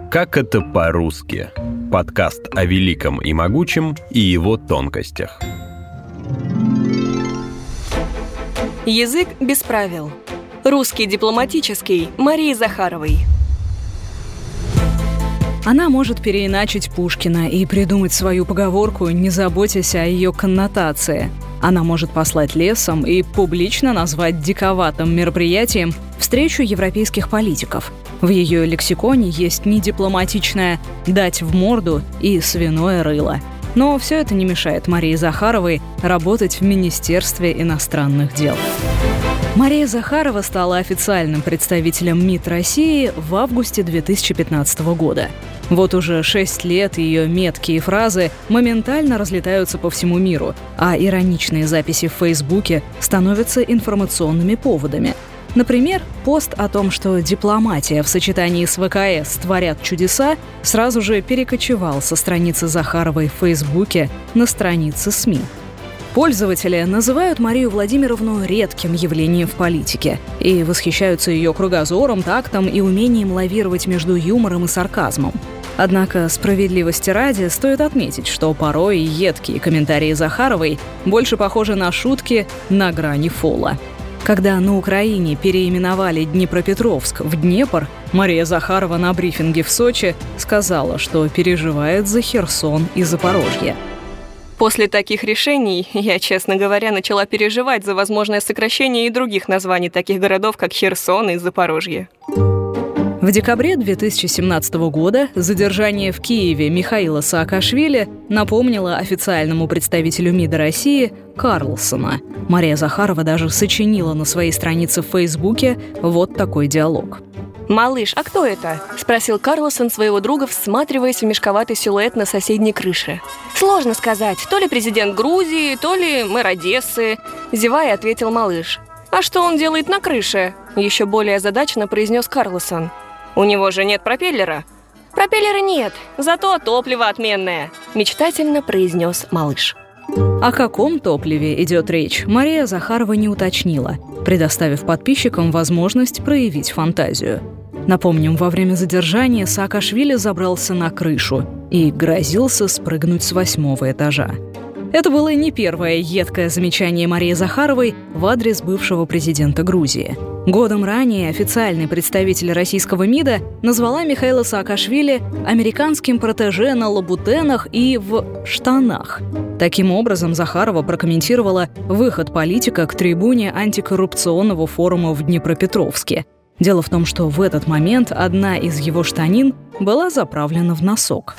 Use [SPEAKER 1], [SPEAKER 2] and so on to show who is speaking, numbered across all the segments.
[SPEAKER 1] Как это по-русски? Подкаст о великом и могучем и его тонкостях.
[SPEAKER 2] Язык без правил. Русский дипломатический Марии Захаровой.
[SPEAKER 3] Она может переиначить Пушкина и придумать свою поговорку, не заботясь о ее коннотации. Она может послать лесом и публично назвать диковатым мероприятием встречу европейских политиков. В ее лексиконе есть недипломатичное «дать в морду» и «свиное рыло». Но все это не мешает Марии Захаровой работать в Министерстве иностранных дел. Мария Захарова стала официальным представителем МИД России в августе 2015 года. Вот уже 6 лет ее меткие фразы моментально разлетаются по всему миру, а ироничные записи в Фейсбуке становятся информационными поводами. Например, пост о том, что дипломатия в сочетании с ВКС творят чудеса, сразу же перекочевал со страницы Захаровой в Фейсбуке на страницы СМИ. Пользователи называют Марию Владимировну редким явлением в политике и восхищаются ее кругозором, тактом и умением лавировать между юмором и сарказмом. Однако, справедливости ради, стоит отметить, что порой едкие комментарии Захаровой больше похожи на шутки на грани фола. Когда на Украине переименовали Днепропетровск в Днепр, Мария Захарова на брифинге в Сочи сказала, что переживает за Херсон и Запорожье.
[SPEAKER 2] После таких решений я, честно говоря, начала переживать за возможное сокращение и других названий таких городов, как Херсон и Запорожье.
[SPEAKER 3] В декабре 2017 года задержание в Киеве Михаила Саакашвили напомнило официальному представителю МИДа России Карлсона. Мария Захарова даже сочинила на своей странице в Фейсбуке вот такой диалог.
[SPEAKER 2] «Малыш, а кто это?» – спросил Карлсон своего друга, всматриваясь в мешковатый силуэт на соседней крыше. «Сложно сказать, то ли президент Грузии, то ли мэр Одессы», – зевая, ответил малыш. «А что он делает на крыше?» – еще более озадаченно произнес Карлсон. «У него же нет пропеллера». «Пропеллера нет, зато топливо отменное», – мечтательно произнес малыш.
[SPEAKER 3] О каком топливе идет речь, Мария Захарова не уточнила, предоставив подписчикам возможность проявить фантазию. Напомним, во время задержания Саакашвили забрался на крышу и грозился спрыгнуть с 8-го этажа. Это было не первое едкое замечание Марии Захаровой в адрес бывшего президента Грузии. Годом ранее официальный представитель российского МИДа назвала Михаила Саакашвили американским протеже на лабутенах и в штанах. Таким образом, Захарова прокомментировала выход политика к трибуне антикоррупционного форума в Днепропетровске. Дело в том, что в этот момент одна из его штанин была заправлена в носок.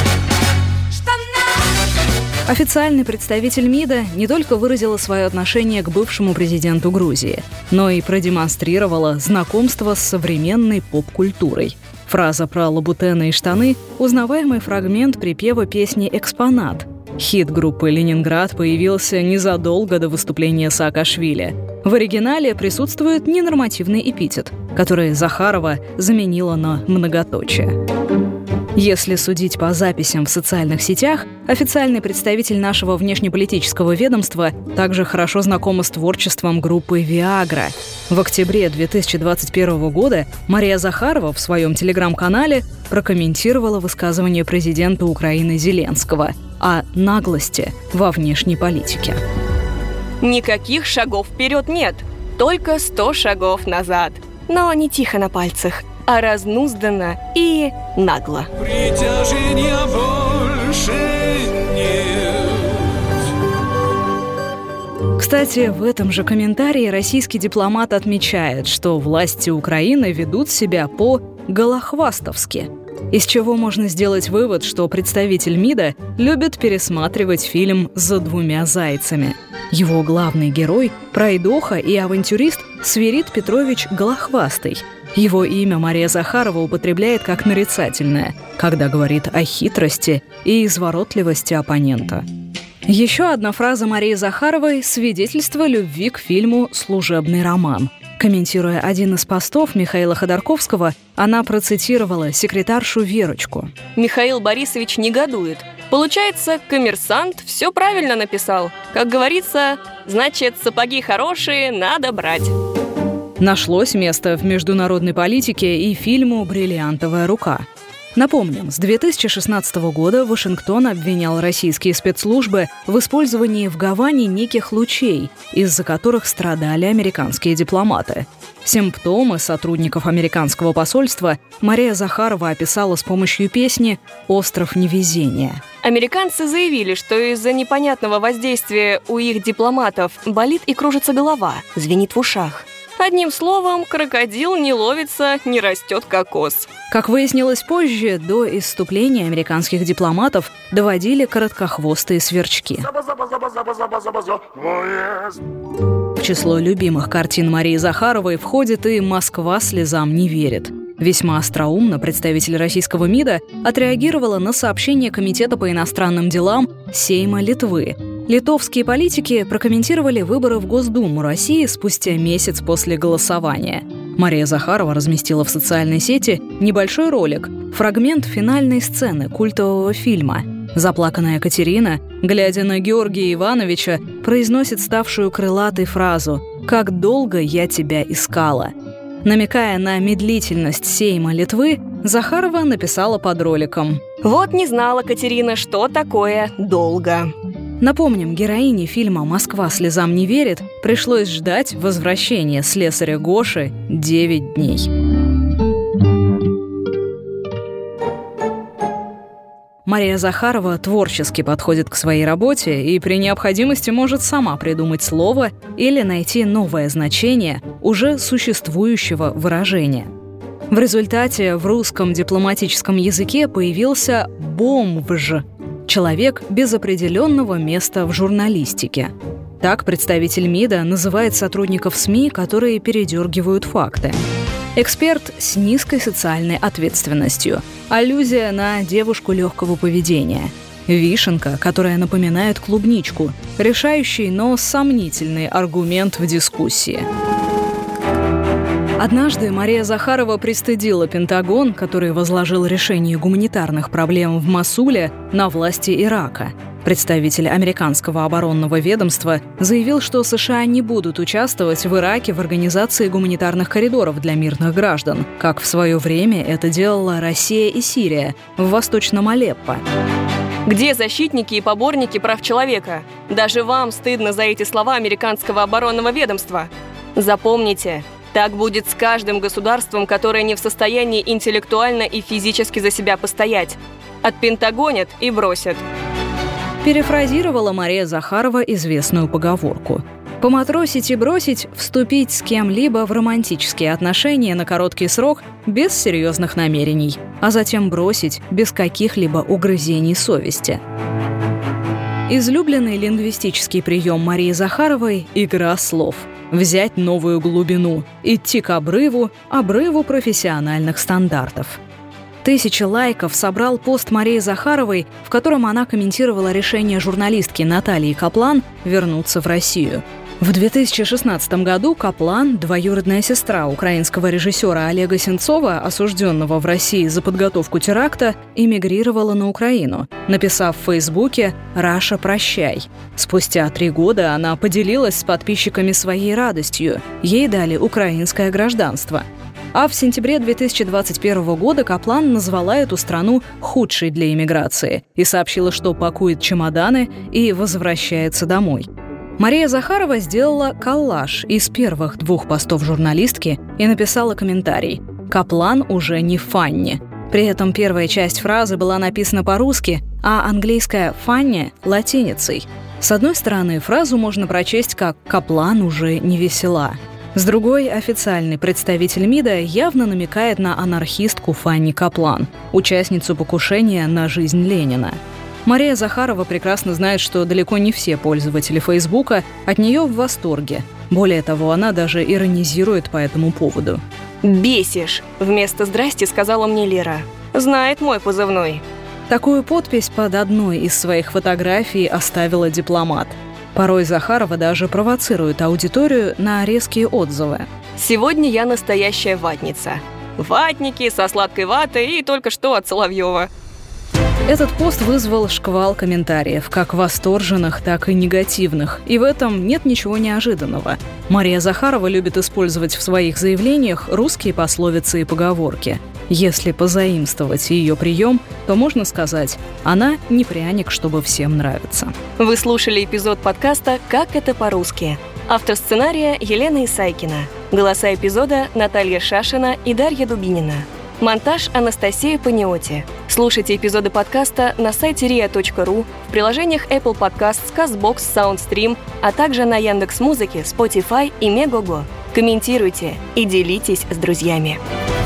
[SPEAKER 3] Официальный представитель МИДа не только выразила свое отношение к бывшему президенту Грузии, но и продемонстрировала знакомство с современной поп-культурой. Фраза про лабутены и штаны – узнаваемый фрагмент припева песни «Экспонат». Хит группы «Ленинград» появился незадолго до выступления Саакашвили. В оригинале присутствует ненормативный эпитет, который Захарова заменила на многоточие. Если судить по записям в социальных сетях, официальный представитель нашего внешнеполитического ведомства также хорошо знакома с творчеством группы «Виагра». В октябре 2021 года Мария Захарова в своем телеграм-канале прокомментировала высказывание президента Украины Зеленского о наглости во внешней политике.
[SPEAKER 2] «Никаких шагов вперед нет, только 100 шагов назад. Но не тихо на пальцах, а разнузданно и нагло».
[SPEAKER 4] Притяжения больше нет.
[SPEAKER 3] Кстати, в этом же комментарии российский дипломат отмечает, что власти Украины ведут себя по-голохвастовски. Из чего можно сделать вывод, что представитель МИДа любит пересматривать фильм «За двумя зайцами». Его главный герой – пройдоха и авантюрист Свирид Петрович Голохвастый. Его имя Мария Захарова употребляет как нарицательное, когда говорит о хитрости и изворотливости оппонента. Еще одна фраза Марии Захаровой – свидетельство любви к фильму «Служебный роман». Комментируя один из постов Михаила Ходорковского, она процитировала секретаршу Верочку.
[SPEAKER 2] Михаил Борисович негодует. Получается, коммерсант все правильно написал. Как говорится, значит, сапоги хорошие надо брать.
[SPEAKER 3] Нашлось место в международной политике и фильму «Бриллиантовая рука». Напомним, с 2016 года Вашингтон обвинял российские спецслужбы в использовании в Гаване неких лучей, из-за которых страдали американские дипломаты. Симптомы сотрудников американского посольства Мария Захарова описала с помощью песни «Остров невезения».
[SPEAKER 2] Американцы заявили, что из-за непонятного воздействия у их дипломатов болит и кружится голова, звенит в ушах. Одним словом, крокодил не ловится, не растет кокос.
[SPEAKER 3] Как выяснилось позже, до исступления американских дипломатов доводили короткохвостые сверчки. В число любимых картин Марии Захаровой входит и «Москва слезам не верит». Весьма остроумно представитель российского МИДа отреагировала на сообщение Комитета по иностранным делам Сейма Литвы. Литовские политики прокомментировали выборы в Госдуму России спустя месяц после голосования. Мария Захарова разместила в социальной сети небольшой ролик, фрагмент финальной сцены культового фильма. Заплаканная Катерина, глядя на Георгия Ивановича, произносит ставшую крылатой фразу «Как долго я тебя искала». Намекая на медлительность Сейма Литвы, Захарова написала под роликом:
[SPEAKER 2] «Вот не знала Катерина, что такое долго».
[SPEAKER 3] Напомним, героине фильма «Москва слезам не верит» пришлось ждать возвращения слесаря Гоши 9 дней. Мария Захарова творчески подходит к своей работе и при необходимости может сама придумать слово или найти новое значение уже существующего выражения. В результате в русском дипломатическом языке появился «бомж» — человек без определенного места в журналистике. Так представитель МИДа называет сотрудников СМИ, которые передергивают факты. Эксперт с низкой социальной ответственностью. Аллюзия на девушку легкого поведения. Вишенка, которая напоминает клубничку. Решающий, но сомнительный аргумент в дискуссии. Однажды Мария Захарова пристыдила Пентагон, который возложил решение гуманитарных проблем в Мосуле на власти Ирака. Представитель американского оборонного ведомства заявил, что США не будут участвовать в Ираке в организации гуманитарных коридоров для мирных граждан, как в свое время это делала Россия и Сирия в Восточном Алеппо.
[SPEAKER 2] Где защитники и поборники прав человека? Даже вам стыдно за эти слова американского оборонного ведомства. Запомните, так будет с каждым государством, которое не в состоянии интеллектуально и физически за себя постоять. Отпентагонят и бросят.
[SPEAKER 3] Перефразировала Мария Захарова известную поговорку: «Поматросить и бросить, вступить с кем-либо в романтические отношения на короткий срок без серьезных намерений, а затем бросить без каких-либо угрызений совести». Излюбленный лингвистический прием Марии Захаровой – игра слов. Взять новую глубину, идти к обрыву профессиональных стандартов. 1000 лайков собрал пост Марии Захаровой, в котором она комментировала решение журналистки Натальи Каплан вернуться в Россию. В 2016 году Каплан, двоюродная сестра украинского режиссера Олега Сенцова, осужденного в России за подготовку теракта, эмигрировала на Украину, написав в Фейсбуке «Раша, прощай». Спустя 3 года она поделилась с подписчиками своей радостью. Ей дали украинское гражданство. А в сентябре 2021 года Каплан назвала эту страну худшей для иммиграции и сообщила, что пакует чемоданы и возвращается домой. Мария Захарова сделала коллаж из первых 2 постов журналистки и написала комментарий: «Каплан уже не Фанни». При этом первая часть фразы была написана по-русски, а английская «Фанни» — латиницей. С одной стороны, фразу можно прочесть как «Каплан уже не весела». С другой, официальный представитель МИДа явно намекает на анархистку Фанни Каплан, участницу покушения на жизнь Ленина. Мария Захарова прекрасно знает, что далеко не все пользователи Фейсбука от нее в восторге. Более того, она даже иронизирует по этому поводу.
[SPEAKER 2] «Бесишь!» — вместо «здрасте» сказала мне Лера. Знает мой позывной.
[SPEAKER 3] Такую подпись под одной из своих фотографий оставила дипломат. Порой Захарова даже провоцирует аудиторию на резкие отзывы.
[SPEAKER 2] «Сегодня я настоящая ватница. Ватники со сладкой ватой и только что от Соловьева».
[SPEAKER 3] Этот пост вызвал шквал комментариев, как восторженных, так и негативных. И в этом нет ничего неожиданного. Мария Захарова любит использовать в своих заявлениях русские пословицы и поговорки. Если позаимствовать ее прием, то можно сказать, она не пряник, чтобы всем нравиться.
[SPEAKER 2] Вы слушали эпизод подкаста «Как это по-русски». Автор сценария Елена Исайкина. Голоса эпизода Наталья Шашина и Дарья Дубинина. Монтаж Анастасия Паниоти. Слушайте эпизоды подкаста на сайте ria.ru, в приложениях Apple Podcasts, CastBox, SoundStream, а также на Яндекс.Музыке, Spotify и Мегого. Комментируйте и делитесь с друзьями.